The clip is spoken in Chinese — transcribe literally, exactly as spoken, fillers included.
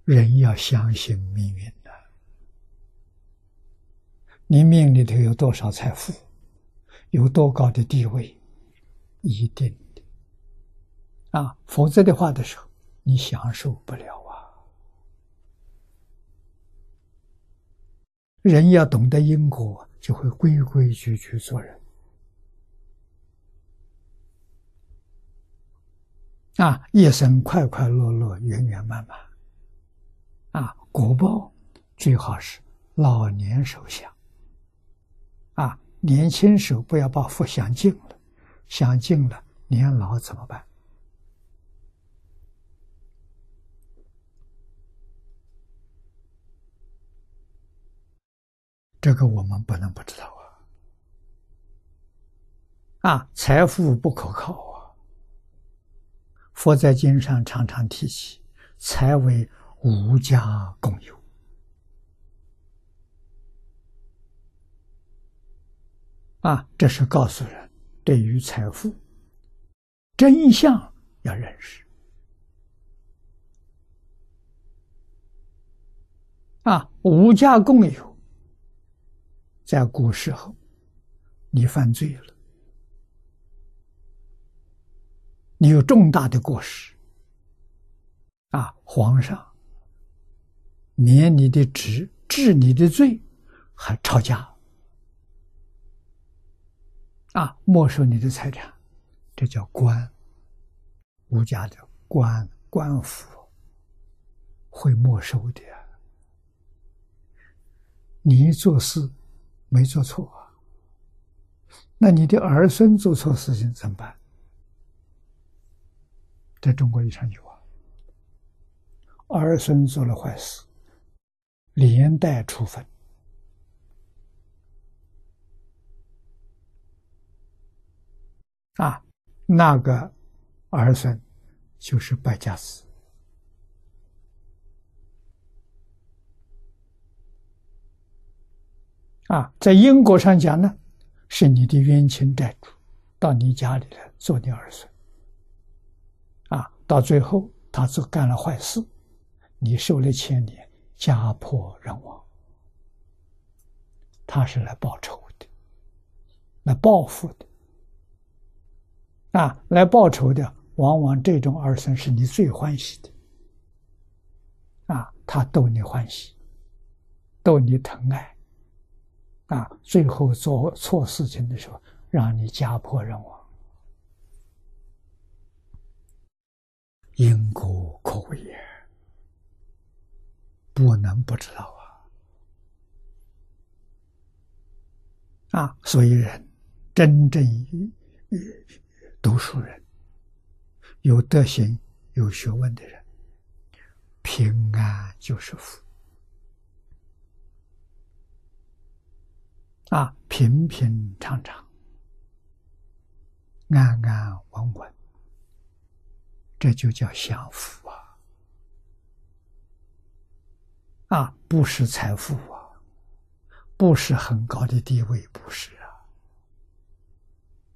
人要相信命运的。你命里头有多少财富，有多高的地位，一定的啊，否则的话的时候，你享受不了啊。人要懂得因果，就会规规矩矩做人啊，一生快快乐乐，圆圆满满啊。果报最好是老年受享啊，年轻时候不要把福享尽了，享尽了年老怎么办？这个我们不能不知道啊！啊，财富不可靠啊！佛在经上常常提起，财为无家共有啊，这是告诉人对于财富真相要认识啊，无家共有。在古时候，你犯罪了，你有重大的过失啊，皇上免你的职，治你的罪，还抄家啊，没收你的财产，这叫官，无家的官官府会没收的。你做事没做错啊，那你的儿孙做错事情怎么办？在中国有这样一句话，儿孙做了坏事，连带处分啊，那个儿孙就是败家子啊。在因果上讲呢，是你的冤亲债主到你家里来做你儿孙啊，到最后他做干了坏事，你受了牵连，家破人亡，他是来报仇的，来报复的啊，来报仇的，往往这种儿孙是你最欢喜的啊，他逗你欢喜，逗你疼爱啊，最后做错事情的时候，让你家破人亡。因果可畏也，不能不知道啊！啊，所以人真正读书人，有德行、有学问的人，平安就是福啊，平平常常，安安稳稳，这就叫享福啊！啊，不是财富啊，不是很高的地位，不是。